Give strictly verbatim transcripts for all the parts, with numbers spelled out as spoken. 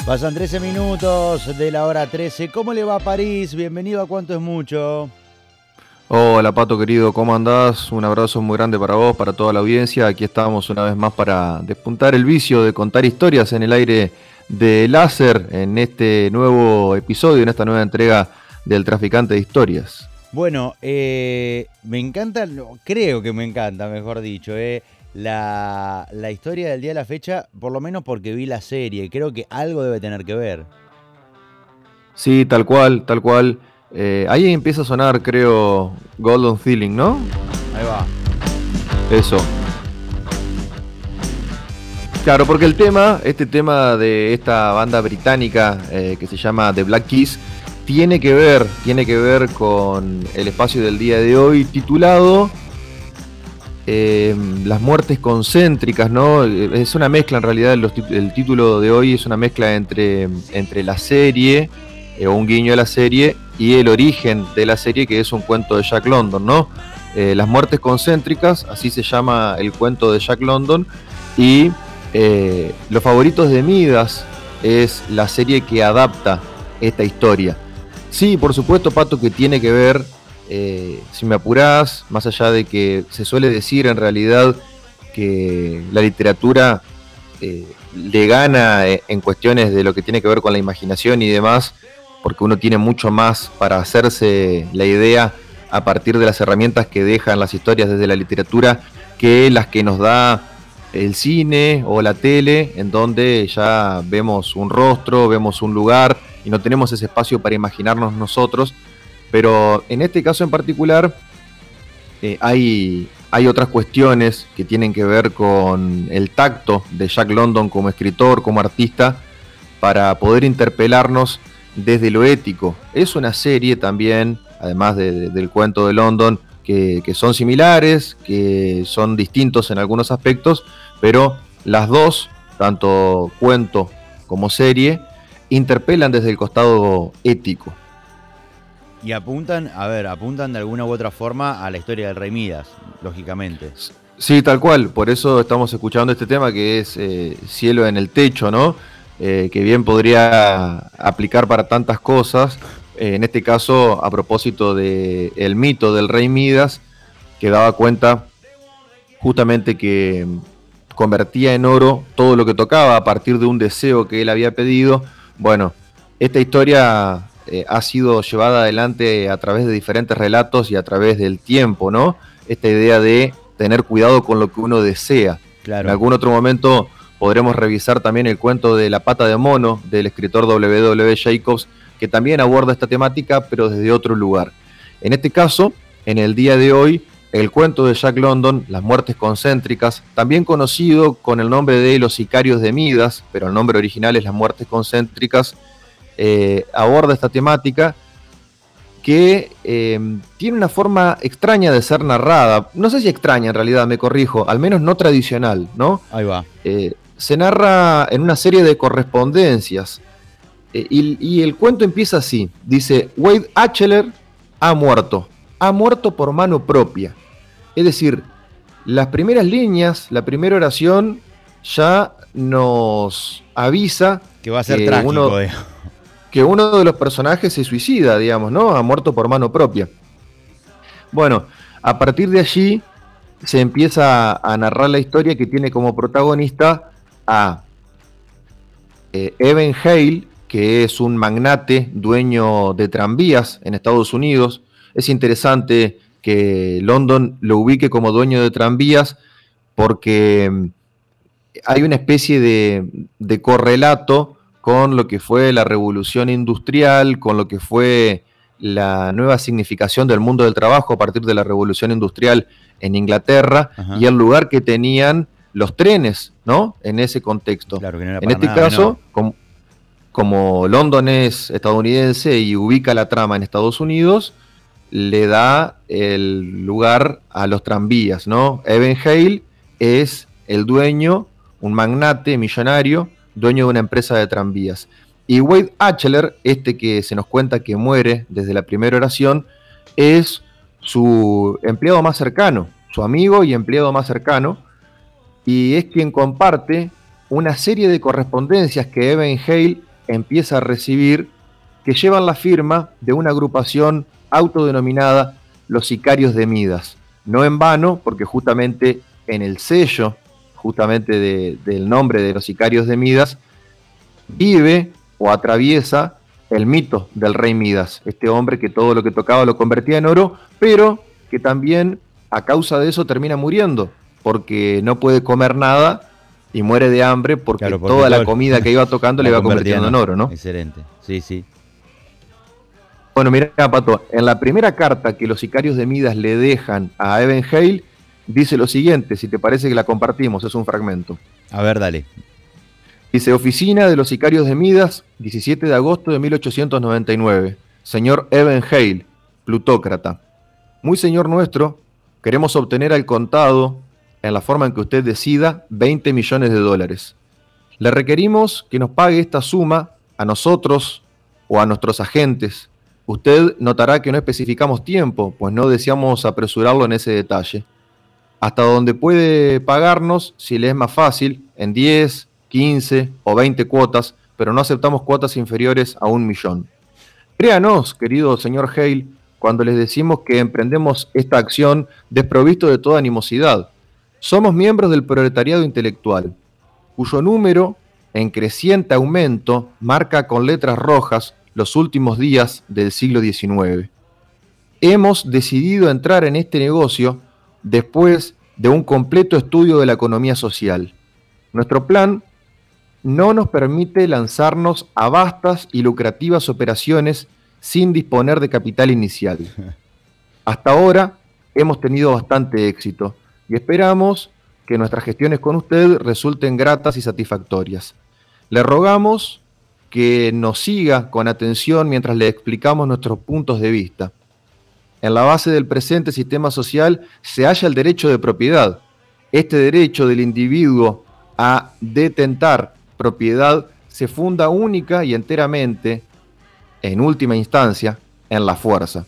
Pasan trece minutos de la hora trece. ¿Cómo le va a París? Bienvenido a Cuánto es Mucho. Hola Pato querido, ¿cómo andás? Un abrazo muy grande para vos, para toda la audiencia. Aquí estamos una vez más para despuntar el vicio de contar historias en el aire de láser en este nuevo episodio, en esta nueva entrega del Traficante de Historias. Bueno, eh, me encanta, creo que me encanta, mejor dicho, eh, la, la historia del día de la fecha, por lo menos porque vi la serie. Creo que algo debe tener que ver. Sí, tal cual, tal cual. Eh, ahí empieza a sonar, creo, Golden Feeling, ¿no? Ahí va. Eso. Claro, porque el tema, este tema de esta banda británica eh, que se llama The Black Keys, tiene que ver, tiene que ver con el espacio del día de hoy titulado eh, Las muertes concéntricas, ¿no? Es una mezcla, en realidad, los, el título de hoy es una mezcla entre, entre la serie, eh, o un guiño a la serie, y el origen de la serie, que es un cuento de Jack London, ¿no? Eh, Las muertes concéntricas, así se llama el cuento de Jack London, y eh, Los favoritos de Midas es la serie que adapta esta historia. Sí, por supuesto, Pato, que tiene que ver, eh, si me apurás, más allá de que se suele decir en realidad que la literatura eh, le gana en cuestiones de lo que tiene que ver con la imaginación y demás, porque uno tiene mucho más para hacerse la idea a partir de las herramientas que dejan las historias desde la literatura que las que nos da el cine o la tele, en donde ya vemos un rostro, vemos un lugar y no tenemos ese espacio para imaginarnos nosotros. Pero en este caso en particular eh, hay, hay otras cuestiones que tienen que ver con el tacto de Jack London como escritor, como artista, para poder interpelarnos desde lo ético. Es una serie también, además de, de, del cuento de London, que, que son similares, que son distintos en algunos aspectos, pero las dos, tanto cuento como serie, interpelan desde el costado ético. Y apuntan, a ver, apuntan de alguna u otra forma a la historia del Rey Midas, lógicamente. Sí, tal cual, por eso estamos escuchando este tema que es eh, Cielo en el Techo, ¿no? Eh, que bien podría aplicar para tantas cosas, eh, en este caso a propósito del mito del Rey Midas, que daba cuenta justamente que convertía en oro todo lo que tocaba a partir de un deseo que él había pedido. Bueno, esta historia eh, ha sido llevada adelante a través de diferentes relatos y a través del tiempo, ¿no? Esta idea de tener cuidado con lo que uno desea. Claro. En algún otro momento podremos revisar también el cuento de La pata de mono del escritor W W Jacobs, que también aborda esta temática, pero desde otro lugar. En este caso, en el día de hoy, el cuento de Jack London, Las muertes concéntricas, también conocido con el nombre de Los sicarios de Midas, pero el nombre original es Las muertes concéntricas, eh, aborda esta temática que eh, tiene una forma extraña de ser narrada. No sé si extraña en realidad, me corrijo, al menos no tradicional, ¿no? Ahí va. Eh, se narra en una serie de correspondencias eh, y, y el cuento empieza así. Dice, Wade Atcheler ha muerto, ha muerto por mano propia. Es decir, las primeras líneas, la primera oración ya nos avisa que va a ser trágico, uno, que uno de los personajes se suicida, digamos, ¿no? Ha muerto por mano propia. Bueno, a partir de allí se empieza a narrar la historia, que tiene como protagonista a eh, Evan Hale, que es un magnate dueño de tranvías en Estados Unidos. Es interesante que London lo ubique como dueño de tranvías porque hay una especie de, de correlato con lo que fue la revolución industrial, con lo que fue la nueva significación del mundo del trabajo a partir de la revolución industrial en Inglaterra. Ajá. Y el lugar que tenían los trenes, ¿no? En ese contexto. Claro, que no era en este caso, como, como London es estadounidense y ubica la trama en Estados Unidos, le da el lugar a los tranvías, ¿no? Evan Hale es el dueño, un magnate millonario, dueño de una empresa de tranvías. Y Wade Atcheler, este que se nos cuenta que muere desde la primera oración, es su empleado más cercano, su amigo y empleado más cercano, y es quien comparte una serie de correspondencias que Evan Hale empieza a recibir que llevan la firma de una agrupación autodenominada Los Sicarios de Midas. No en vano, porque justamente en el sello, justamente de, del nombre de Los Sicarios de Midas, vive o atraviesa el mito del rey Midas, este hombre que todo lo que tocaba lo convertía en oro, pero que también a causa de eso termina muriendo, porque no puede comer nada y muere de hambre porque, claro, porque toda todo la comida que iba tocando le iba convirtiendo en oro, ¿no? Excelente, sí, sí. Bueno, mira, Pato, en la primera carta que los Sicarios de Midas le dejan a Evenhale, dice lo siguiente, si te parece que la compartimos, es un fragmento. A ver, dale. Dice, oficina de los Sicarios de Midas, diecisiete de agosto de mil ochocientos noventa y nueve. Señor Evenhale, plutócrata. Muy señor nuestro, queremos obtener al contado, en la forma en que usted decida, veinte millones de dólares. Le requerimos que nos pague esta suma a nosotros o a nuestros agentes. Usted notará que no especificamos tiempo, pues no deseamos apresurarlo en ese detalle. Hasta donde puede pagarnos, si le es más fácil, en diez, quince o veinte cuotas, pero no aceptamos cuotas inferiores a un millón. Créanos, querido señor Hale, cuando les decimos que emprendemos esta acción desprovisto de toda animosidad. Somos miembros del proletariado intelectual, cuyo número, en creciente aumento, marca con letras rojas los últimos días del siglo diecinueve. Hemos decidido entrar en este negocio después de un completo estudio de la economía social. Nuestro plan no nos permite lanzarnos a vastas y lucrativas operaciones sin disponer de capital inicial. Hasta ahora hemos tenido bastante éxito y esperamos que nuestras gestiones con usted resulten gratas y satisfactorias. Le rogamos que nos siga con atención mientras le explicamos nuestros puntos de vista. En la base del presente sistema social se halla el derecho de propiedad. Este derecho del individuo a detentar propiedad se funda única y enteramente, en última instancia, en la fuerza.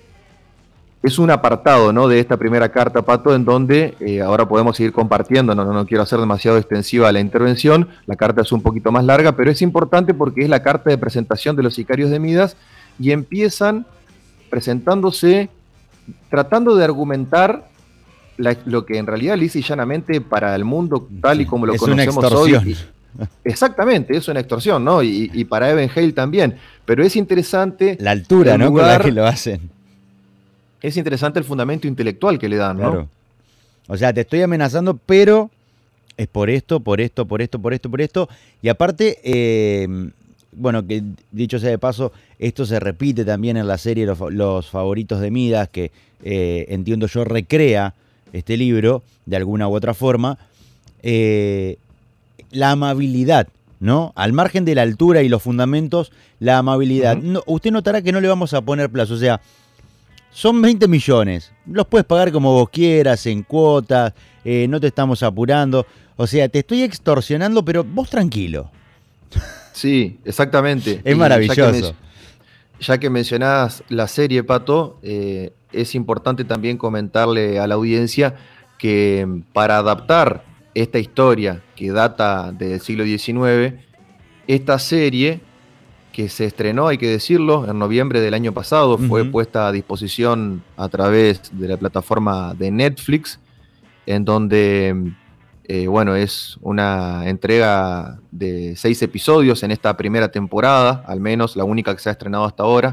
Es un apartado, ¿no?, de esta primera carta, Pato, en donde eh, ahora podemos seguir compartiendo, no, no quiero hacer demasiado extensiva la intervención, la carta es un poquito más larga, pero es importante porque es la carta de presentación de los Sicarios de Midas y empiezan presentándose, tratando de argumentar la, lo que en realidad lisa y llanamente para el mundo tal y como lo es conocemos una hoy. extorsión. Exactamente, es una extorsión, ¿no? Y, y para Evenhale también. Pero es interesante la altura, ¿no?, lugar, con la que lo hacen. Es interesante el fundamento intelectual que le dan, ¿no? Claro. O sea, te estoy amenazando, pero es por esto, por esto, por esto, por esto, por esto. Y aparte, eh, bueno, que dicho sea de paso, esto se repite también en la serie Los, los Favoritos de Midas, que eh, entiendo yo recrea este libro de alguna u otra forma. Eh, la amabilidad, ¿no? Al margen de la altura y los fundamentos, la amabilidad. Uh-huh. No, usted notará que no le vamos a poner plazo, o sea, son veinte millones, los puedes pagar como vos quieras, en cuotas, eh, no te estamos apurando, o sea, te estoy extorsionando, pero vos tranquilo. Sí, exactamente. Es y maravilloso. Ya que, ya que mencionás la serie, Pato, eh, es importante también comentarle a la audiencia que para adaptar esta historia que data del siglo diecinueve, esta serie que se estrenó, hay que decirlo, en noviembre del año pasado, uh-huh. fue puesta a disposición a través de la plataforma de Netflix, en donde, eh, bueno, es una entrega de seis episodios en esta primera temporada, al menos la única que se ha estrenado hasta ahora.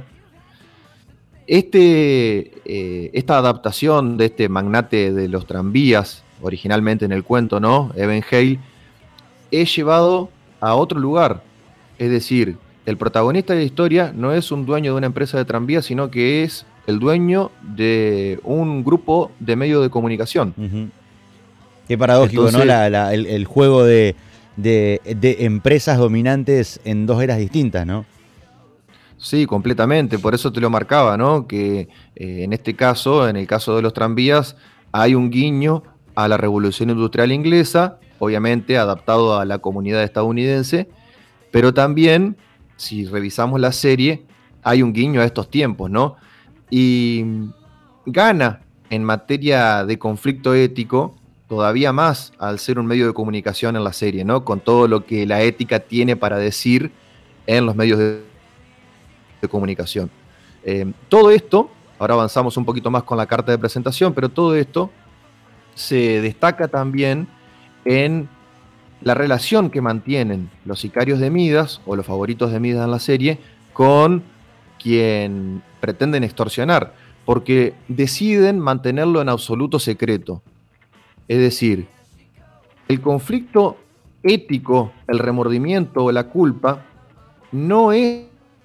Este, eh, esta adaptación de este magnate de los tranvías, originalmente en el cuento, ¿no?, Evenhale, es llevado a otro lugar, es decir, el protagonista de la historia no es un dueño de una empresa de tranvías, sino que es el dueño de un grupo de medios de comunicación. Uh-huh. Qué paradójico, Entonces, ¿no? La, la, el, el juego de, de, de empresas dominantes en dos eras distintas, ¿no? Sí, completamente. Por eso te lo marcaba, ¿no? Que eh, en este caso, en el caso de los tranvías, hay un guiño a la Revolución Industrial Inglesa, obviamente adaptado a la comunidad estadounidense, pero también, si revisamos la serie, hay un guiño a estos tiempos, ¿no? Y gana en materia de conflicto ético todavía más al ser un medio de comunicación en la serie, ¿no? Con todo lo que la ética tiene para decir en los medios de, de comunicación. Eh, todo esto, ahora avanzamos un poquito más con la carta de presentación, pero todo esto se destaca también en la relación que mantienen los sicarios de Midas, o los favoritos de Midas en la serie, con quien pretenden extorsionar, porque deciden mantenerlo en absoluto secreto. Es decir, el conflicto ético, el remordimiento o la culpa no es,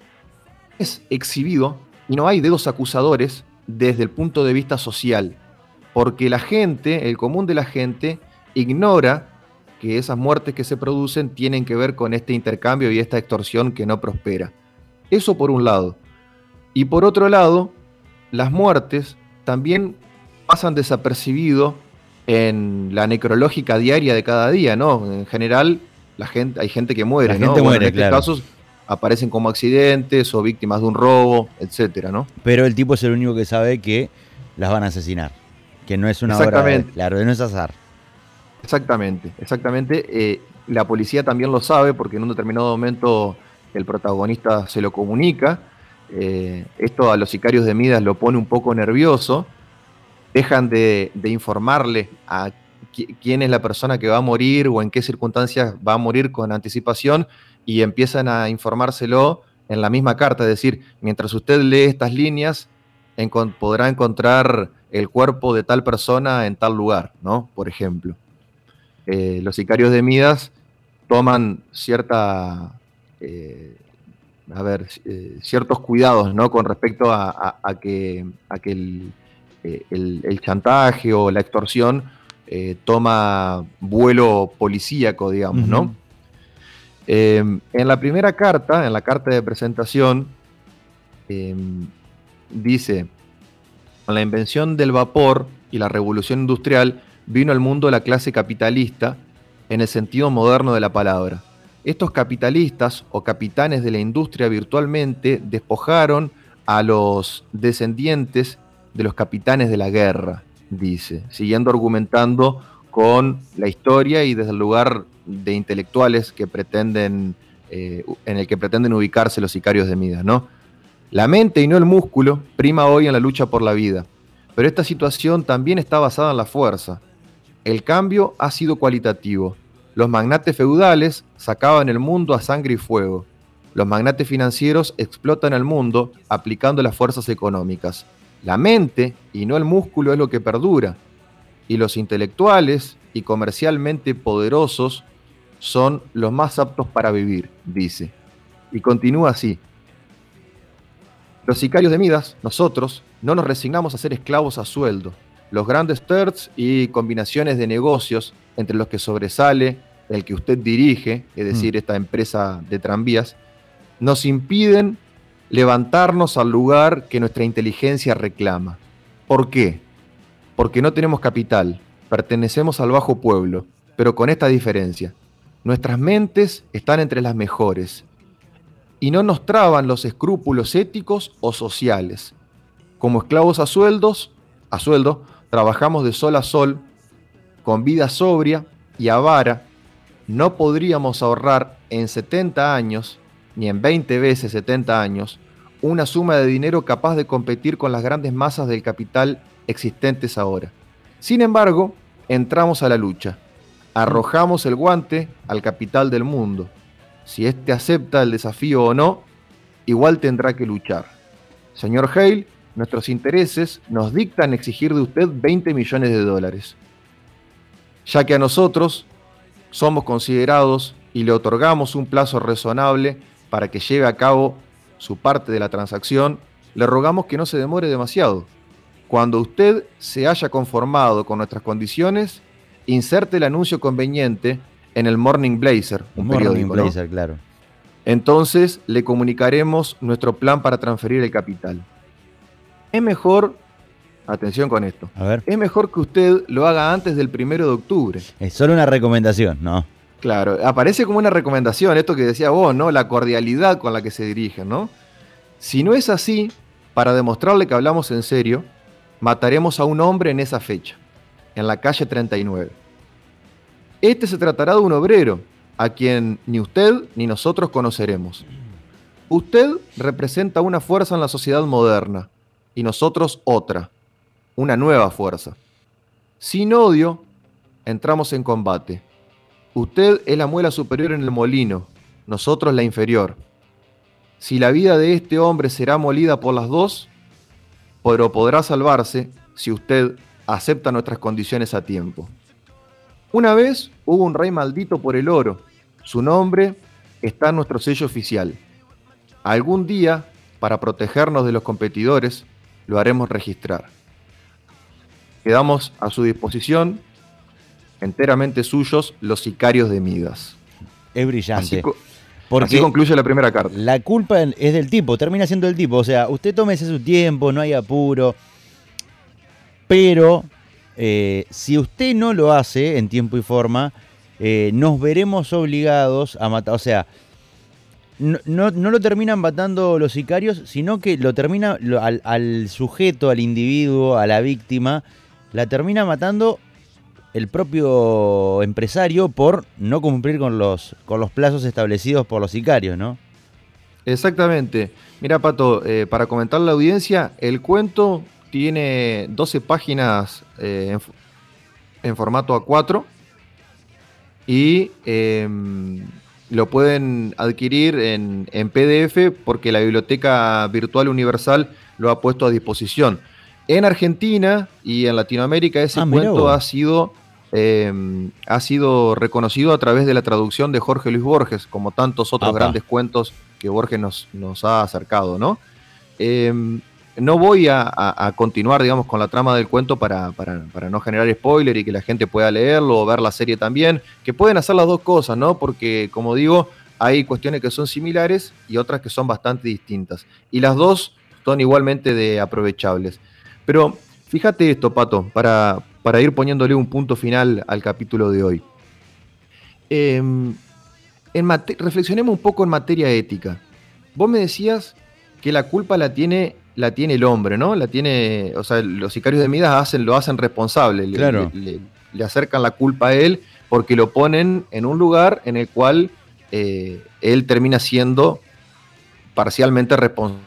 es exhibido y no hay dedos acusadores desde el punto de vista social, porque la gente, el común de la gente, ignora que esas muertes que se producen tienen que ver con este intercambio y esta extorsión que no prospera. Eso por un lado. Y por otro lado, las muertes también pasan desapercibido en la necrológica diaria de cada día, ¿no? En general, la gente, hay gente que muere, la ¿no? gente Bueno, muere, en estos claro. casos aparecen como accidentes o víctimas de un robo, etcétera, ¿no? Pero el tipo es el único que sabe que las van a asesinar. Que no es una obra, Exactamente. claro, no es azar. Exactamente, exactamente. Eh, la policía también lo sabe porque en un determinado momento el protagonista se lo comunica. Eh, esto a los sicarios de Midas lo pone un poco nervioso. Dejan de, de informarle a qui- quién es la persona que va a morir o en qué circunstancias va a morir con anticipación y empiezan a informárselo en la misma carta. Es decir, mientras usted lee estas líneas, encon- podrá encontrar el cuerpo de tal persona en tal lugar, ¿no? Por ejemplo. Eh, los sicarios de Midas toman cierta, eh, a ver, eh, ciertos cuidados, ¿no? Con respecto a, a- a que, a que el, eh, el- el chantaje o la extorsión eh, toma vuelo policíaco, digamos, ¿no? Ujú. Eh, en la primera carta, en la carta de presentación, eh, dice: con la invención del vapor y la revolución industrial vino al mundo la clase capitalista en el sentido moderno de la palabra. Estos capitalistas o capitanes de la industria virtualmente despojaron a los descendientes de los capitanes de la guerra, dice, siguiendo argumentando con la historia y desde el lugar de intelectuales que pretenden, eh, en el que pretenden ubicarse los sicarios de Midas, ¿no? La mente y no el músculo prima hoy en la lucha por la vida, pero esta situación también está basada en la fuerza. El cambio ha sido cualitativo. Los magnates feudales sacaban el mundo a sangre y fuego. Los magnates financieros explotan el mundo aplicando las fuerzas económicas. La mente y no el músculo es lo que perdura. Y los intelectuales y comercialmente poderosos son los más aptos para vivir, dice. Y continúa así. Los sicarios de Midas, nosotros, no nos resignamos a ser esclavos a sueldo. Los grandes terts y combinaciones de negocios, entre los que sobresale el que usted dirige, es decir, esta empresa de tranvías, nos impiden levantarnos al lugar que nuestra inteligencia reclama. ¿Por qué? Porque no tenemos capital, pertenecemos al bajo pueblo, pero con esta diferencia. Nuestras mentes están entre las mejores y no nos traban los escrúpulos éticos o sociales. Como esclavos a sueldos, a sueldo, trabajamos de sol a sol, con vida sobria y avara. No podríamos ahorrar en setenta años, ni en veinte veces setenta años, una suma de dinero capaz de competir con las grandes masas del capital existentes ahora. Sin embargo, entramos a la lucha. Arrojamos el guante al capital del mundo. Si éste acepta el desafío o no, igual tendrá que luchar. Señor Hale, nuestros intereses nos dictan exigir de usted veinte millones de dólares. Ya que a nosotros somos considerados y le otorgamos un plazo razonable para que lleve a cabo su parte de la transacción, le rogamos que no se demore demasiado. Cuando usted se haya conformado con nuestras condiciones, inserte el anuncio conveniente en el Morning Blazer, un Morning periódico, ¿no? Blazer, claro. Entonces le comunicaremos nuestro plan para transferir el capital. Es mejor, atención con esto, A ver, es mejor que usted lo haga antes del primero de octubre. es solo una recomendación, ¿no? Claro, aparece como una recomendación, esto que decía vos, ¿no? La cordialidad con la que se dirigen, ¿no? Si no es así, para demostrarle que hablamos en serio, mataremos a un hombre en esa fecha, en la calle treinta y nueve. Este se tratará de un obrero, a quien ni usted ni nosotros conoceremos. Usted representa una fuerza en la sociedad moderna y nosotros otra, una nueva fuerza. Sin odio, entramos en combate. Usted es la muela superior en el molino, nosotros la inferior. Si la vida de este hombre será molida por las dos, pero podrá salvarse si usted acepta nuestras condiciones a tiempo. Una vez hubo un rey maldito por el oro. Su nombre está en nuestro sello oficial. Algún día, para protegernos de los competidores, lo haremos registrar. Quedamos a su disposición, enteramente suyos, los sicarios de Midas. Es brillante. Así, co- porque así concluye la primera carta. la culpa es del tipo, termina siendo del tipo. O sea, usted tómese su tiempo, no hay apuro. Pero eh, si usted no lo hace en tiempo y forma, eh, nos veremos obligados a matar. O sea, no, no, no lo terminan matando los sicarios, sino que lo termina lo, al, al sujeto, al individuo, a la víctima, la termina matando el propio empresario por no cumplir con los, con los plazos establecidos por los sicarios, ¿no? Exactamente. Mira, Pato, eh, para comentar a la audiencia, el cuento tiene doce páginas eh, en, en formato A cuatro y eh, lo pueden adquirir en, en P D F porque la Biblioteca Virtual Universal lo ha puesto a disposición. En Argentina y en Latinoamérica ese Ah, mirá cuento vos. ha sido, eh, ha sido reconocido a través de la traducción de Jorge Luis Borges, como tantos otros Apa. grandes cuentos que Borges nos, nos ha acercado, ¿no? Eh, no voy a, a- a continuar, digamos, con la trama del cuento para, para- para no generar spoiler y que la gente pueda leerlo o ver la serie también, que pueden hacer las dos cosas, ¿no? Porque, como digo, hay cuestiones que son similares y otras que son bastante distintas. Y las dos son igualmente de aprovechables. Pero fíjate esto, Pato, para, para ir poniéndole un punto final al capítulo de hoy. Eh, en mate- reflexionemos un poco en materia ética. Vos me decías que la culpa la tiene, la tiene el hombre, ¿no? La tiene, o sea, los sicarios de Midas hacen, lo hacen responsable, le- Claro. le, le- le acercan la culpa a él porque lo ponen en un lugar en el cual eh, él termina siendo parcialmente responsable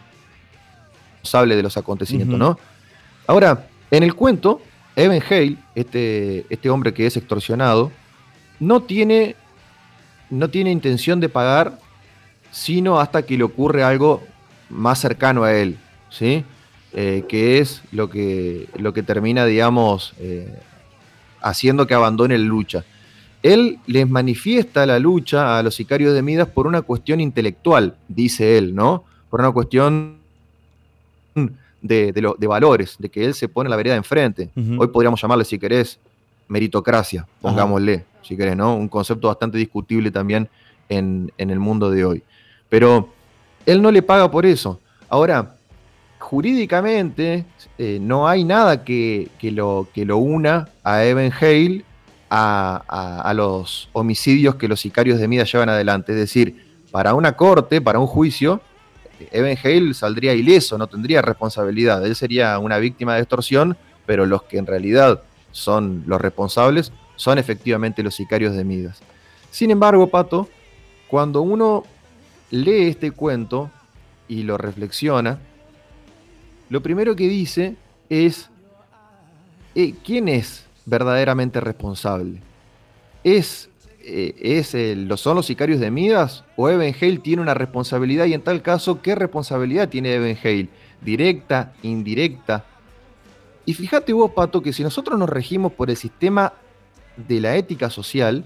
de los acontecimientos, Ujú. ¿no? Ahora, en el cuento, Evan Hale, este, este hombre que es extorsionado, no tiene, no tiene intención de pagar, sino hasta que le ocurre algo más cercano a él, ¿sí? Eh, que es lo que, lo que termina, digamos, eh, haciendo que abandone la lucha. Él les manifiesta la lucha a los sicarios de Midas por una cuestión intelectual, dice él, ¿no? Por una cuestión de, de, lo- de valores, de que él se pone la vereda enfrente. Ujú. Hoy podríamos llamarle, si querés, meritocracia, pongámosle, si querés, ¿no? Un concepto bastante discutible también en, en el mundo de hoy. Pero él no le paga por eso. Ahora, jurídicamente, eh, no hay nada que, que lo, que lo una a Evan Hale a, a- a los homicidios que los sicarios de Midas llevan adelante. Es decir, para una corte, para un juicio, Evan Hale saldría ileso, no tendría responsabilidad. Él sería una víctima de extorsión, pero los que en realidad son los responsables son efectivamente los sicarios de Midas. Sin embargo, Pato, cuando uno lee este cuento y lo reflexiona, lo primero que dice es, eh, ¿quién es verdaderamente responsable? ¿Es, eh, es el- lo son los sicarios de Midas o Evan Hale tiene una responsabilidad? Y en tal caso, ¿qué responsabilidad tiene Evan Hale? ¿Directa, indirecta? Y fíjate vos, Pato, que si nosotros nos regimos por el sistema de la ética social,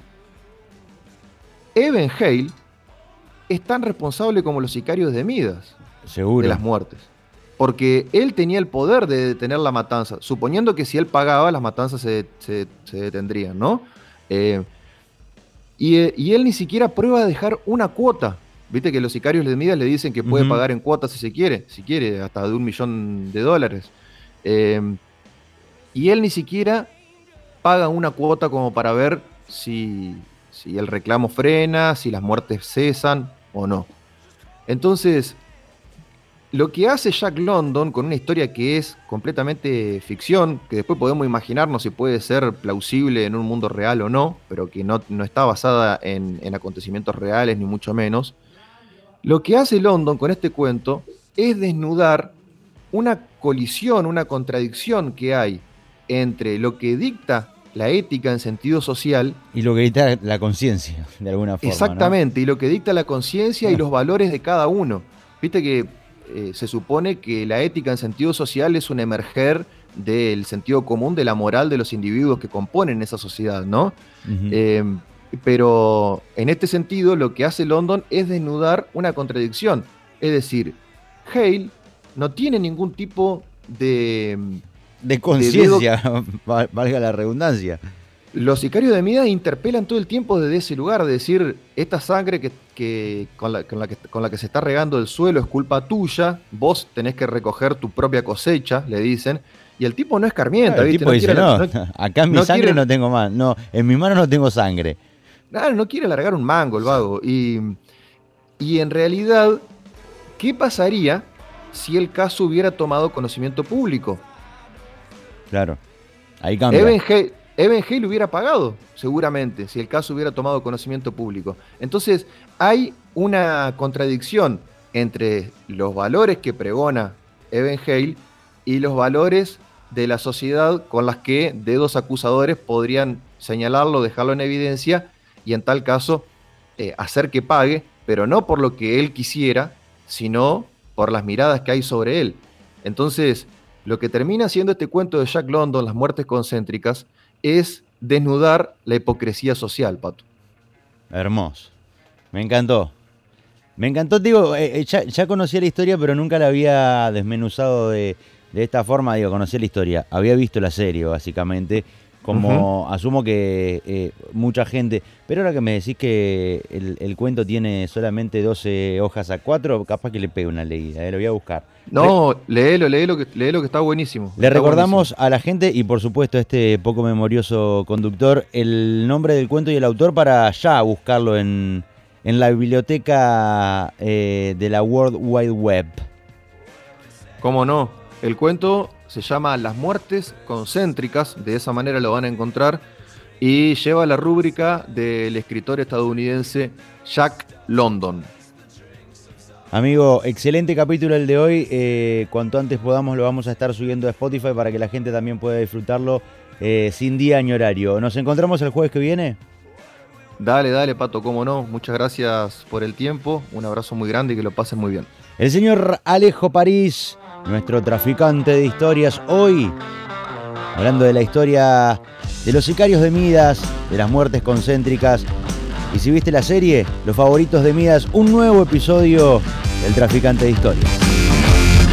Evan Hale es tan responsable como los sicarios de Midas Seguro. de las muertes. Porque él tenía el poder de detener la matanza, suponiendo que si él pagaba, las matanzas se, se- se detendrían, ¿no? Eh, y, eh, y él ni siquiera prueba a dejar una cuota. Viste que los sicarios de Midas le dicen que puede Ujú. pagar en cuotas si se quiere, si quiere, hasta de un millón de dólares. Eh, y él ni siquiera paga una cuota como para ver si, si el reclamo frena, si las muertes cesan o no. Entonces, lo que hace Jack London con una historia que es completamente ficción, que después podemos imaginarnos si puede ser plausible en un mundo real o no, pero que no, no está basada en, en acontecimientos reales ni mucho menos, Lo que hace London con este cuento es desnudar una colisión, una contradicción que hay entre lo que dicta la ética en sentido social y lo que dicta la conciencia, de alguna forma. Exactamente, ¿no? Y lo que dicta la conciencia y los valores de cada uno. Viste que eh, se supone que la ética en sentido social es un emerger del sentido común, de la moral de los individuos que componen esa sociedad, ¿no? Uh-huh. Eh, pero en este sentido lo que hace London es desnudar una contradicción. Es decir, Hale no tiene ningún tipo de... De conciencia, de valga la redundancia. Los sicarios de Midas interpelan todo el tiempo desde ese lugar, de decir, esta sangre que, que, con, la, con, la que con la que se está regando el suelo es culpa tuya, vos tenés que recoger tu propia cosecha, le dicen, y el tipo no escarmienta, claro, el ¿viste? tipo no dice, quiere, no, no, acá en mi no sangre quiere, no tengo más, no, en mis manos no tengo sangre. Claro, no quiere largar un mango el vago, y, y en realidad, ¿qué pasaría si el caso hubiera tomado conocimiento público? Claro, ahí cambia. Evan Hale, Evan Hale hubiera pagado, seguramente, si el caso hubiera tomado conocimiento público. Entonces, hay una contradicción entre los valores que pregona Evan Hale y los valores de la sociedad con las que dedos acusadores podrían señalarlo, dejarlo en evidencia y en tal caso eh, hacer que pague, pero no por lo que él quisiera, sino por las miradas que hay sobre él. Entonces, lo que termina siendo este cuento de Jack London, Las muertes concéntricas, es desnudar la hipocresía social, Pato. Hermoso. Me encantó. Me encantó, digo, eh, ya, ya conocía la historia, pero nunca la había desmenuzado de, de esta forma. Digo, conocía la historia, había visto la serie, básicamente, como uh-huh. asumo que eh, mucha gente... Pero ahora que me decís que el, el cuento tiene solamente doce hojas a cuatro, capaz que le pegue una leída, eh, lo voy a buscar. No, léelo, léelo que, léelo que está buenísimo. Le está recordamos buenísimo. a la gente y por supuesto a este poco memorioso conductor el nombre del cuento y el autor para ya buscarlo en, en la biblioteca eh, de la World Wide Web. ¿Cómo no? El cuento se llama Las muertes concéntricas, de esa manera lo van a encontrar, y lleva la rúbrica del escritor estadounidense Jack London. Amigo, excelente capítulo el de hoy. Eh, cuanto antes podamos lo vamos a estar subiendo a Spotify para que la gente también pueda disfrutarlo eh, sin día ni horario. ¿Nos encontramos el jueves que viene? Dale, dale, Pato, cómo no. Muchas gracias por el tiempo. Un abrazo muy grande y que lo pasen muy bien. El señor Alejo París, nuestro traficante de historias, hoy hablando de la historia de los sicarios de Midas, de las muertes concéntricas. Y si viste la serie, Los favoritos de Midas, un nuevo episodio del Traficante de Historias.